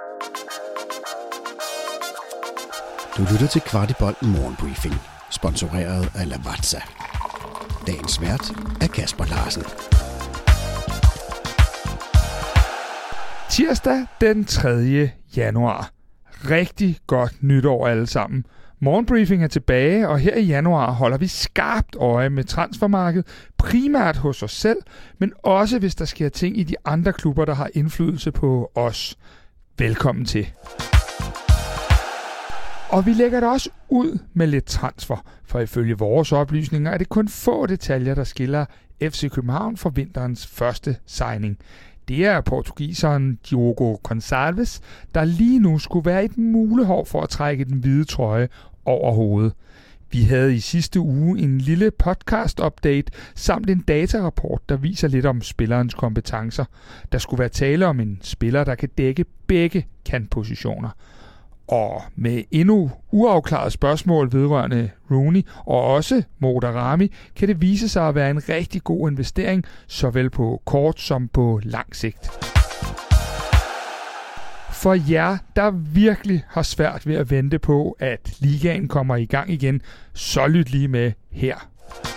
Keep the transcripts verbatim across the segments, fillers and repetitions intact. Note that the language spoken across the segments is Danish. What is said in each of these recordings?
Du lytter til Kvartibolt Morgenbriefing, sponsoreret af Lavazza. Dagens vært er Kasper Larsen. Tirsdag den tredje januar. Rigtig godt nytår alle sammen. Morgenbriefing er tilbage, og her i januar holder vi skarpt øje med transfermarkedet, primært hos os selv, men også hvis der sker ting i de andre klubber, der har indflydelse på os. Velkommen til. Og vi lægger det også ud med lidt transfer, for ifølge vores oplysninger er det kun få detaljer, der skiller F C København fra vinterens første signing. Det er portugiseren Diogo Gonçalves, der lige nu skulle være et mulehår for at trække den hvide trøje over hovedet. Vi havde i sidste uge en lille podcast-update samt en datarapport, der viser lidt om spillerens kompetencer. Der skulle være tale om en spiller, der kan dække begge kantpositioner. Og med endnu uafklaret spørgsmål vedrørende Rooney og også Mo Daramy, kan det vise sig at være en rigtig god investering, såvel på kort som på lang sigt. For jer, der virkelig har svært ved at vente på, at ligaen kommer i gang igen, så lyt lige med her.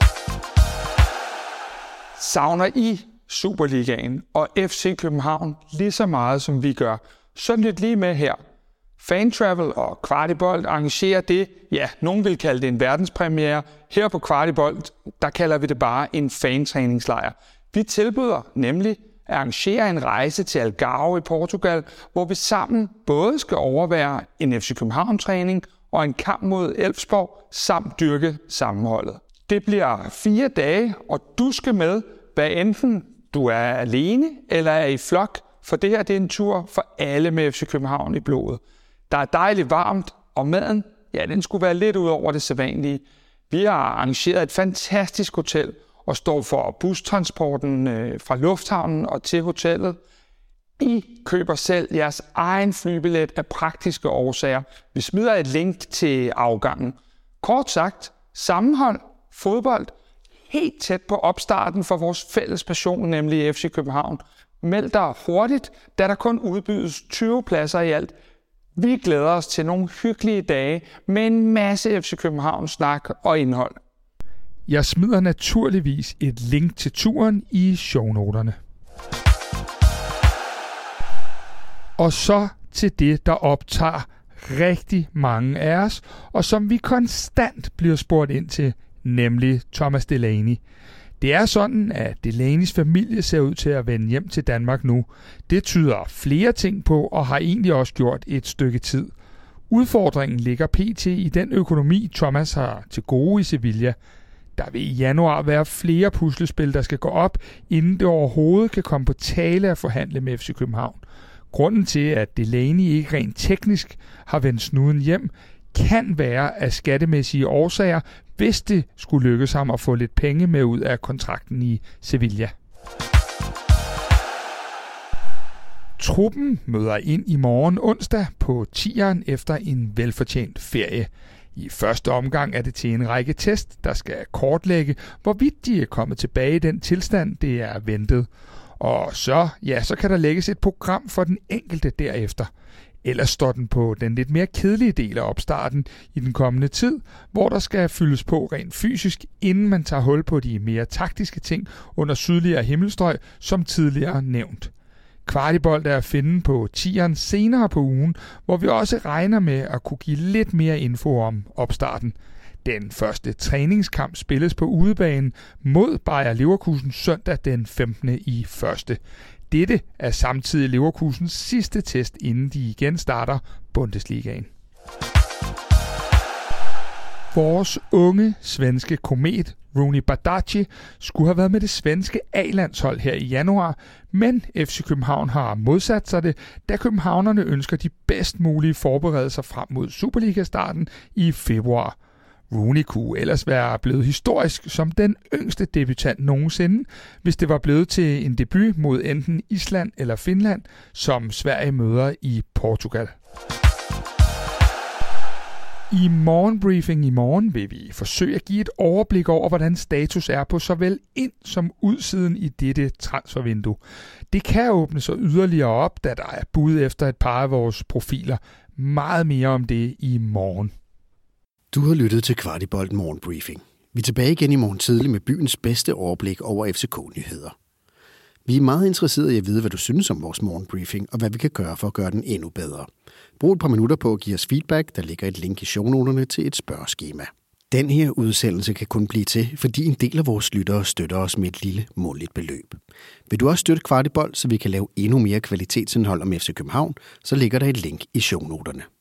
Savner I Superligaen og F C København lige så meget, som vi gør, så lyt lige med her. Fantravel og Kvartibolt arrangerer det, ja, nogen vil kalde det en verdenspremiere. Her på Kvartibolt, der kalder vi det bare en fantræningslejr. Vi tilbyder nemlig at arrangere en rejse til Algarve i Portugal, hvor vi sammen både skal overvære en F C København-træning og en kamp mod Elfsborg, samt dyrke sammenholdet. Det bliver fire dage, og du skal med, hvad enten du er alene eller er i flok, for det her det er en tur for alle med F C København i blodet. Der er dejligt varmt, og maden, ja, den skulle være lidt ud over det sædvanlige. Vi har arrangeret et fantastisk hotel og står for bustransporten øh, fra lufthavnen og til hotellet. I køber selv jeres egen flybillet af praktiske årsager. Vi smider et link til afgangen. Kort sagt, sammenhold, fodbold, helt tæt på opstarten for vores fælles passion, nemlig F C København. Meld dig hurtigt, da der kun udbydes tyve pladser i alt. Vi glæder os til nogle hyggelige dage med en masse F C København-snak og indhold. Jeg smider naturligvis et link til turen i shownoterne. Og så til det, der optager rigtig mange af os, og som vi konstant bliver spurgt ind til, nemlig Thomas Delaney. Det er sådan, at Delaneys familie ser ud til at vende hjem til Danmark nu. Det tyder flere ting på, og har egentlig også gjort et stykke tid. Udfordringen ligger pt. I den økonomi, Thomas har til gode i Sevilla. Der vil i januar være flere puslespil, der skal gå op, inden det overhovedet kan komme på tale at forhandle med F C København. Grunden til, at Delaney ikke rent teknisk har vendt snuden hjem, kan være af skattemæssige årsager, hvis det skulle lykkes ham at få lidt penge med ud af kontrakten i Sevilla. Truppen møder ind i morgen onsdag på tieren efter en velfortjent ferie. I første omgang er det til en række test, der skal kortlægge, hvorvidt de er kommet tilbage i den tilstand, det er ventet. Og så, ja, så kan der lægges et program for den enkelte derefter. Ellers står den på den lidt mere kedelige del af opstarten i den kommende tid, hvor der skal fyldes på rent fysisk, inden man tager hul på de mere taktiske ting under sydligere himmelstrøg, som tidligere nævnt. Kvartibolt er at finde på tieren senere på ugen, hvor vi også regner med at kunne give lidt mere info om opstarten. Den første træningskamp spilles på udebane mod Bayer Leverkusen søndag den femtende i første. Dette er samtidig Leverkusens sidste test, inden de igen starter Bundesligaen. Vores unge svenske komet, Rooney Badaji, skulle have været med det svenske A-landshold her i januar, men F C København har modsat sig det, da københavnerne ønsker de bedst mulige forberedelser frem mod Superliga-starten i februar. Rooney kunne ellers være blevet historisk som den yngste debutant nogensinde, hvis det var blevet til en debut mod enten Island eller Finland, som Sverige møder i Portugal. I morgenbriefing i morgen vil vi forsøge at give et overblik over, hvordan status er på såvel ind- som udsiden i dette transfervindue. Det kan åbne sig yderligere op, da der er bud efter et par af vores profiler. Meget mere om det i morgen. Du har lyttet til Kvartibolt Morgenbriefing. Vi er tilbage igen i morgen tidlig med byens bedste overblik over F C K-nyheder. Vi er meget interesserede i at vide, hvad du synes om vores morgenbriefing, og hvad vi kan gøre for at gøre den endnu bedre. Brug et par minutter på at give os feedback. Der ligger et link i shownoterne til et spørgeskema. Den her udsendelse kan kun blive til, fordi en del af vores lyttere støtter os med et lille måligt beløb. Vil du også støtte Kvartibolt, så vi kan lave endnu mere kvalitetsindhold om F C København, så ligger der et link i shownoterne.